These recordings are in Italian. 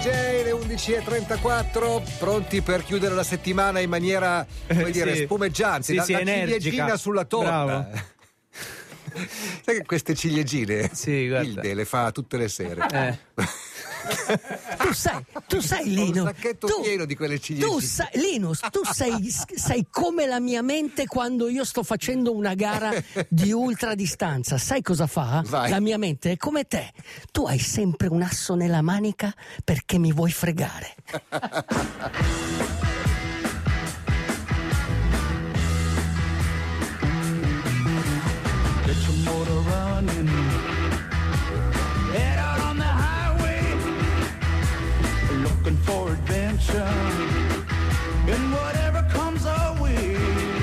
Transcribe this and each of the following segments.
DJ, le 11:34, pronti per chiudere la settimana in maniera, come dire, spumeggiante, la ciliegina sulla torta. Sai che queste ciliegine Hilde le fa tutte le sere. Tu sai Linus, un sacchetto pieno di quelle ciliegine. Linus, tu sei come la mia mente quando io sto facendo una gara di ultradistanza. Sai cosa fa? Vai. La mia mente è come te. Tu hai sempre un asso nella manica perché mi vuoi fregare. Get your motor running. Head out on the highway, looking for adventure, and whatever comes our way.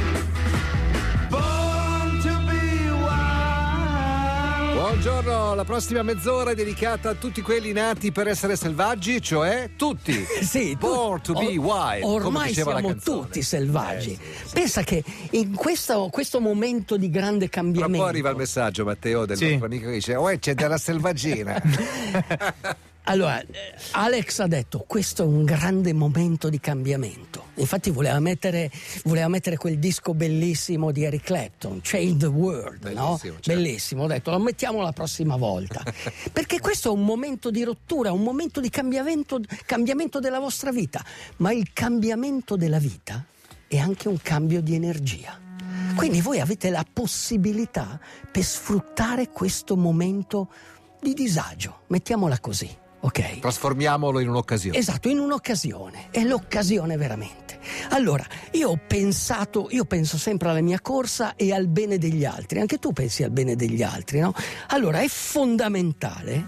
Born to be wild. Buongiorno, la prossima mezz'ora è dedicata a tutti quelli nati per essere selvaggi, cioè tutti. Sì, Born to be wild. Ormai come diceva siamo la canzone. tutti selvaggi. Sì. Pensa che in questo momento di grande Tra cambiamento. un po' arriva il messaggio, Matteo, del nostro amico che dice: "Oh, c'è della selvaggina". Allora, Alex ha detto questo è un grande momento di cambiamento. Infatti voleva mettere quel disco bellissimo di Eric Clapton, Change the World, bellissimo, no? certo. Bellissimo, ho detto lo mettiamo la prossima volta. Perché questo è un momento di rottura, un momento di cambiamento della vostra vita, ma il cambiamento della vita è anche un cambio di energia. Quindi voi avete la possibilità per sfruttare questo momento di disagio, mettiamola così. Ok. Trasformiamolo in un'occasione. Esatto, in un'occasione. È l'occasione veramente. Allora, io penso sempre alla mia corsa e al bene degli altri. Anche tu pensi al bene degli altri, no? Allora, è fondamentale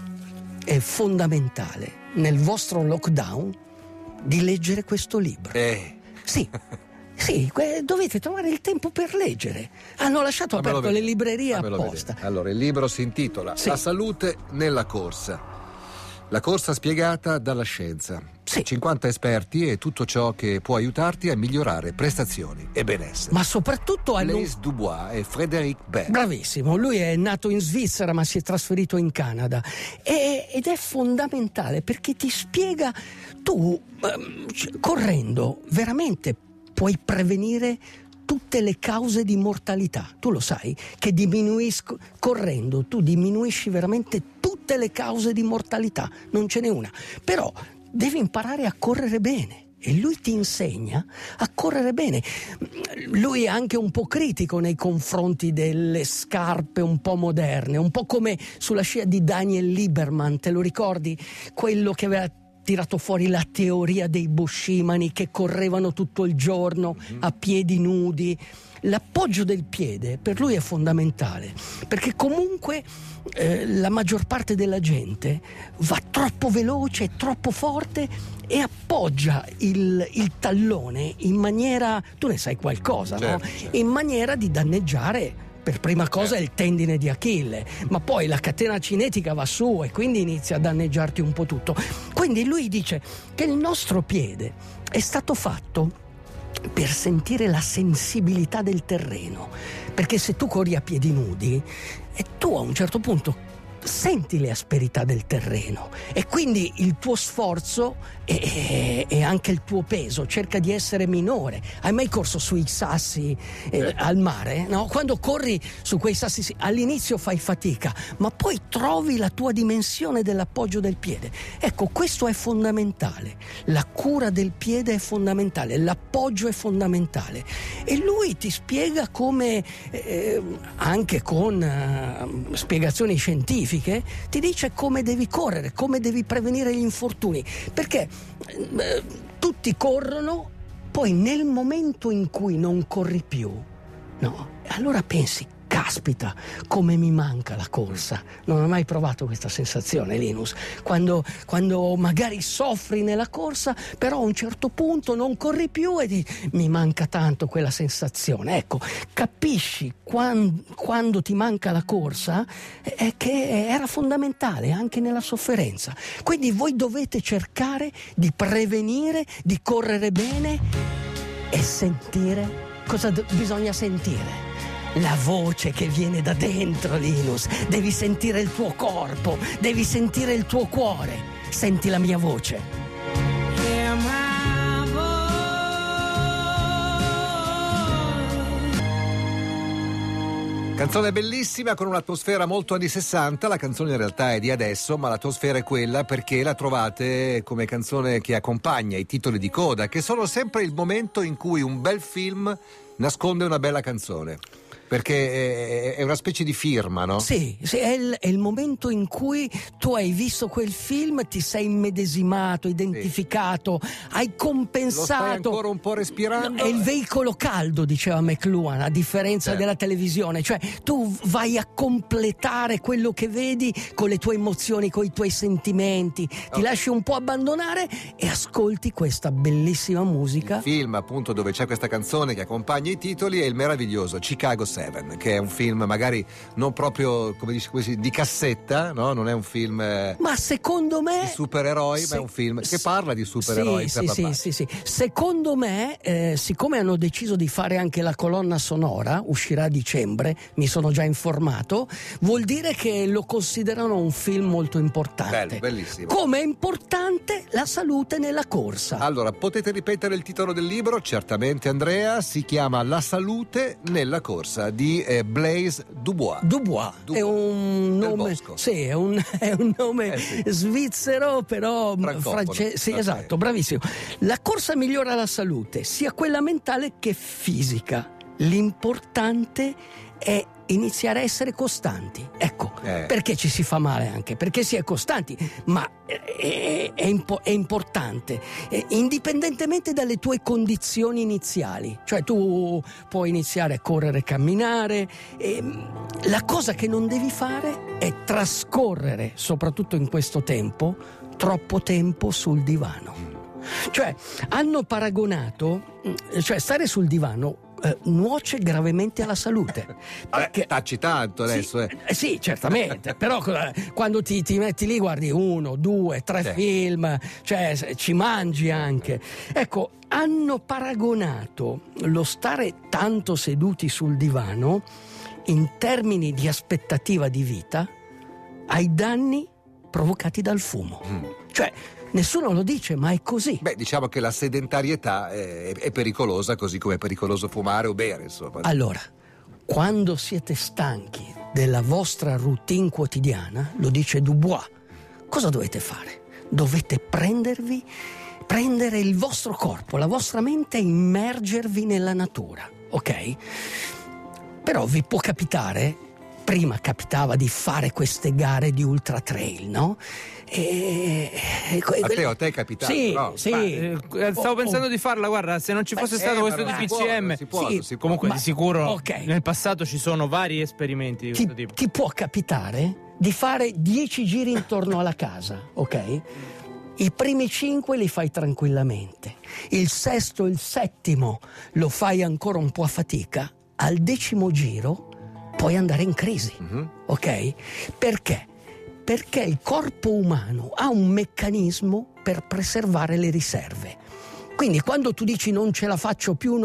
nel vostro lockdown di leggere questo libro. Sì. Sì, dovete trovare il tempo per leggere. Hanno lasciato aperto le librerie apposta. Vedere. Allora, il libro si intitola La salute nella corsa. La corsa spiegata dalla scienza. Sì. 50 esperti e tutto ciò che può aiutarti a migliorare prestazioni e benessere. Ma soprattutto Blaise Dubois e Frédéric Baird. Bravissimo, lui è nato in Svizzera ma si è trasferito in Canada ed è fondamentale perché ti spiega tu correndo veramente puoi prevenire tutte le cause di mortalità. Tu lo sai che correndo tu diminuisci veramente tutte le cause di mortalità, non ce n'è una. Però devi imparare a correre bene e lui ti insegna a correre bene. Lui è anche un po' critico nei confronti delle scarpe un po' moderne, un po' come sulla scia di Daniel Lieberman, te lo ricordi? Quello che aveva tirato fuori la teoria dei boscimani che correvano tutto il giorno a piedi nudi. L'appoggio del piede per lui è fondamentale perché comunque la maggior parte della gente va troppo veloce, troppo forte e appoggia il tallone in maniera, tu ne sai qualcosa, certo, no? Certo. In maniera di danneggiare per prima cosa il tendine di Achille, ma poi la catena cinetica va su e quindi inizia a danneggiarti un po' tutto. Quindi lui dice che il nostro piede è stato fatto per sentire la sensibilità del terreno, perché se tu corri a piedi nudi e tu a un certo punto senti le asperità del terreno e quindi il tuo sforzo e anche il tuo peso cerca di essere minore. Hai mai corso sui sassi al mare? No? Quando corri su quei sassi all'inizio fai fatica, ma poi trovi la tua dimensione dell'appoggio del piede. Ecco, questo è fondamentale. La cura del piede è fondamentale, l'appoggio è fondamentale. E lui ti spiega come, anche con spiegazioni scientifiche, ti dice come devi correre, come devi prevenire gli infortuni, perché tutti corrono, poi nel momento in cui non corri più, no, allora pensi, caspita, come mi manca la corsa. Non ho mai provato questa sensazione, Linus, quando magari soffri nella corsa, però a un certo punto non corri più e mi manca tanto quella sensazione. Ecco, capisci quando ti manca la corsa è che era fondamentale anche nella sofferenza. Quindi voi dovete cercare di prevenire, di correre bene e sentire cosa bisogna sentire. La voce che viene da dentro, Linus. Devi sentire il tuo corpo, devi sentire il tuo cuore. Senti la mia voce. Canzone bellissima con un'atmosfera molto anni 60, la canzone in realtà è di adesso, ma l'atmosfera è quella perché la trovate come canzone che accompagna i titoli di coda, che sono sempre il momento in cui un bel film nasconde una bella canzone. Perché è una specie di firma, no? Sì, è il momento in cui tu hai visto quel film, ti sei immedesimato, identificato, hai compensato. Lo stai ancora un po' respirando. È il veicolo caldo, diceva McLuhan, a differenza della televisione. Cioè, tu vai a completare quello che vedi con le tue emozioni, con i tuoi sentimenti. Ti lasci un po' abbandonare e ascolti questa bellissima musica. Il film, appunto, dove c'è questa canzone che accompagna i titoli è il meraviglioso Chicago 7, che è un film magari non proprio, come dici così, di cassetta, no? Non è un film ma secondo me di supereroi, ma è un film che parla di supereroi. Sì. Secondo me, siccome hanno deciso di fare anche la colonna sonora, uscirà a dicembre, mi sono già informato, vuol dire che lo considerano un film molto importante. Bellissimo. Come è importante la salute nella corsa. Allora, potete ripetere il titolo del libro? Certamente, Andrea. Si chiama La salute nella corsa di Blaise Dubois. È un nome, è un nome svizzero, però francese. Sì, esatto, bravissimo. La corsa migliora la salute, sia quella mentale che fisica. L'importante è iniziare a essere costanti. Ecco, perché ci si fa male anche, perché si è costanti, ma è importante, indipendentemente dalle tue condizioni iniziali. Cioè tu puoi iniziare a correre, camminare, la cosa che non devi fare è trascorrere, soprattutto in questo tempo, troppo tempo sul divano. Cioè hanno paragonato, cioè stare sul divano nuoce gravemente alla salute. Perché, tacci tanto adesso. Sì, certamente, però quando ti metti lì guardi 1, 2, 3 film, cioè ci mangi anche. Ecco, hanno paragonato lo stare tanto seduti sul divano in termini di aspettativa di vita ai danni provocati dal fumo. Cioè nessuno lo dice, ma è così. Beh, diciamo che la sedentarietà è pericolosa, così come è pericoloso fumare o bere, insomma. Allora, quando siete stanchi della vostra routine quotidiana, lo dice Dubois, cosa dovete fare? Dovete prendere il vostro corpo, la vostra mente e immergervi nella natura, ok? Però vi può capitare, prima capitava di fare queste gare di ultra trail, no? A te è capitato? Sì, no? sì. Stavo pensando di farla, guarda, se non ci fosse stato questo DPCM, comunque di sicuro nel passato ci sono vari esperimenti di questo tipo. Ti può capitare di fare 10 giri intorno alla casa, ok? I primi 5 li fai tranquillamente, il sesto e il settimo lo fai ancora un po' a fatica, al 10° giro puoi andare in crisi, ok? Perché? Perché il corpo umano ha un meccanismo per preservare le riserve. Quindi quando tu dici non ce la faccio più,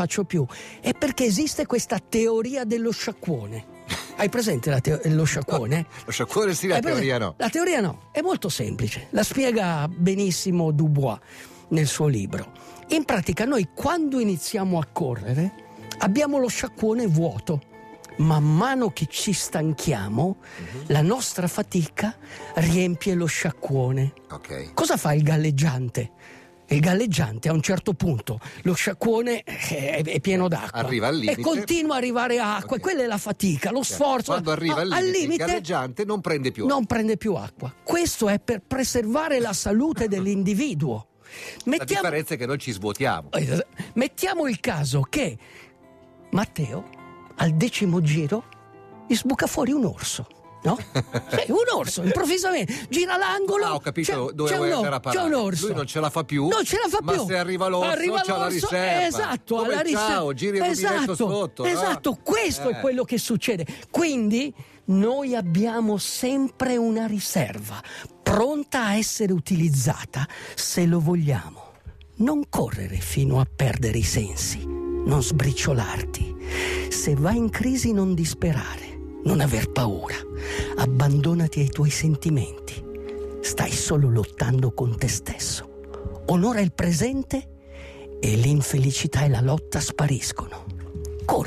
è perché esiste questa teoria dello sciacquone. Hai presente lo sciacquone? No, lo sciacquone sì, la teoria no. La teoria no, è molto semplice. La spiega benissimo Dubois nel suo libro. In pratica noi quando iniziamo a correre abbiamo lo sciacquone vuoto. Man mano che ci stanchiamo, la nostra fatica riempie lo sciacquone. Okay. Cosa fa il galleggiante? Il galleggiante a un certo punto lo sciacquone è pieno d'acqua, arriva al limite e continua a arrivare acqua, e quella è la fatica, lo sforzo. Quando arriva al limite, il galleggiante non prende più acqua. Questo è per preservare la salute dell'individuo. La differenza è che noi ci svuotiamo. Mettiamo il caso che Matteo al 10° giro gli sbuca fuori un orso, no? Sì, un orso, improvvisamente, gira l'angolo. Ho capito dove vuoi andare a parare. C'è un orso. Lui non ce la fa più. Ma se arriva l'orso, c'ha la riserva. Esatto, come alla riserva. Ciao, giri il rubinetto sotto. Esatto, questo è quello che succede. Quindi noi abbiamo sempre una riserva, pronta a essere utilizzata se lo vogliamo. Non correre fino a perdere i sensi, non sbriciolarti. Se vai in crisi non disperare, non aver paura, abbandonati ai tuoi sentimenti. Stai solo lottando con te stesso. Onora il presente e l'infelicità e la lotta spariscono. Correre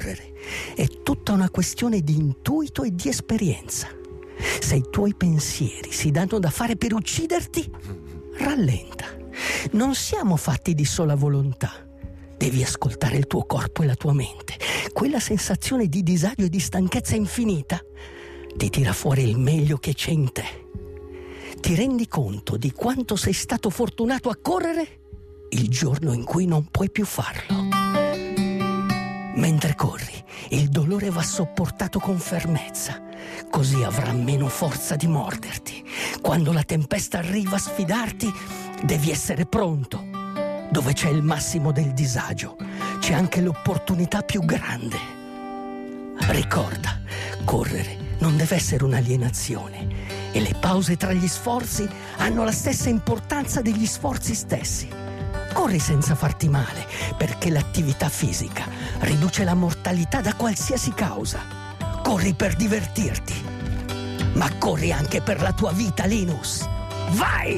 È tutta una questione di intuito e di esperienza. Se i tuoi pensieri si danno da fare per ucciderti, rallenta. Non siamo fatti di sola volontà. Devi ascoltare il tuo corpo e la tua mente. Quella sensazione di disagio e di stanchezza infinita ti tira fuori il meglio che c'è in te. Ti rendi conto di quanto sei stato fortunato a correre il giorno in cui non puoi più farlo. Mentre corri, il dolore va sopportato con fermezza, così avrà meno forza di morderti. Quando la tempesta arriva a sfidarti, devi essere pronto. Dove c'è il massimo del disagio, c'è anche l'opportunità più grande. Ricorda, correre non deve essere un'alienazione e le pause tra gli sforzi hanno la stessa importanza degli sforzi stessi. Corri senza farti male, perché l'attività fisica riduce la mortalità da qualsiasi causa. Corri per divertirti, ma corri anche per la tua vita, Linus. Vai!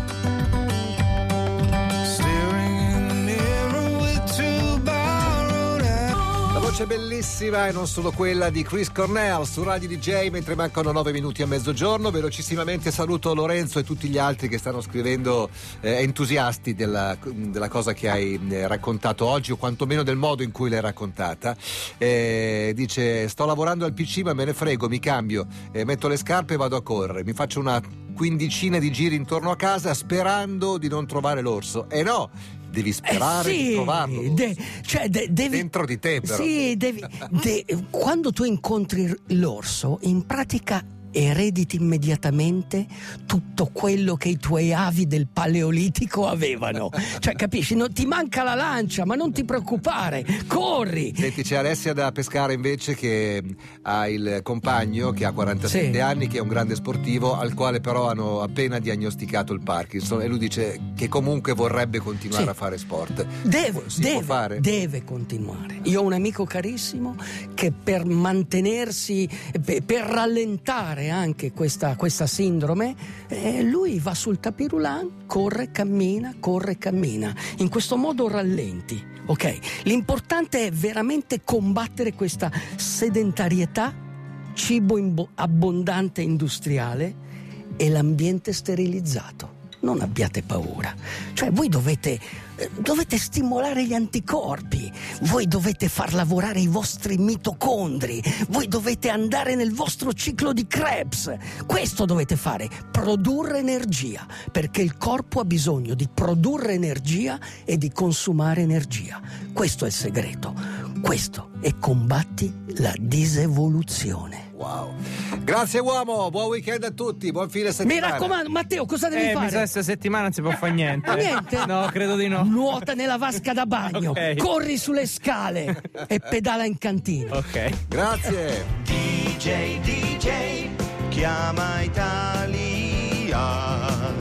Voce bellissima e non solo quella di Chris Cornell su Radio DJ mentre mancano 9 minuti a mezzogiorno. Velocissimamente saluto Lorenzo e tutti gli altri che stanno scrivendo entusiasti della cosa che hai raccontato oggi, o quantomeno del modo in cui l'hai raccontata. Dice: sto lavorando al PC ma me ne frego, mi cambio, metto le scarpe e vado a correre, mi faccio una quindicina di giri intorno a casa sperando di non trovare l'orso. E no, devi sperare di trovarlo. Devi, dentro di te, però. Sì, quando tu incontri l'orso, in pratica erediti immediatamente tutto quello che i tuoi avi del Paleolitico avevano. Cioè, capisci? Ti manca la lancia, ma non ti preoccupare, corri. Senti, c'è Alessia da Pescara invece che ha il compagno che ha 47 anni, che è un grande sportivo, al quale però hanno appena diagnosticato il Parkinson, e lui dice che comunque vorrebbe continuare a fare sport. Deve continuare. Io ho un amico carissimo che per mantenersi, per rallentare anche questa sindrome, lui va sul tapis roulant, corre, cammina. In questo modo rallenti, ok? L'importante è veramente combattere questa sedentarietà, cibo abbondante industriale e l'ambiente sterilizzato. Non abbiate paura. Cioè, voi dovete stimolare gli anticorpi, voi dovete far lavorare i vostri mitocondri, voi dovete andare nel vostro ciclo di Krebs. Questo dovete fare, produrre energia, perché il corpo ha bisogno di produrre energia e di consumare energia. Questo è il segreto. Questo, e combatti la disevoluzione. Wow. Grazie uomo, buon weekend a tutti, buon fine settimana. Mi raccomando, Matteo, cosa devi fare? Mi sa questa settimana non si può fare niente. Niente? No, credo di no. Nuota nella vasca da bagno, okay. Corri sulle scale e pedala in cantina. Ok. Grazie. DJ, chiama Italia.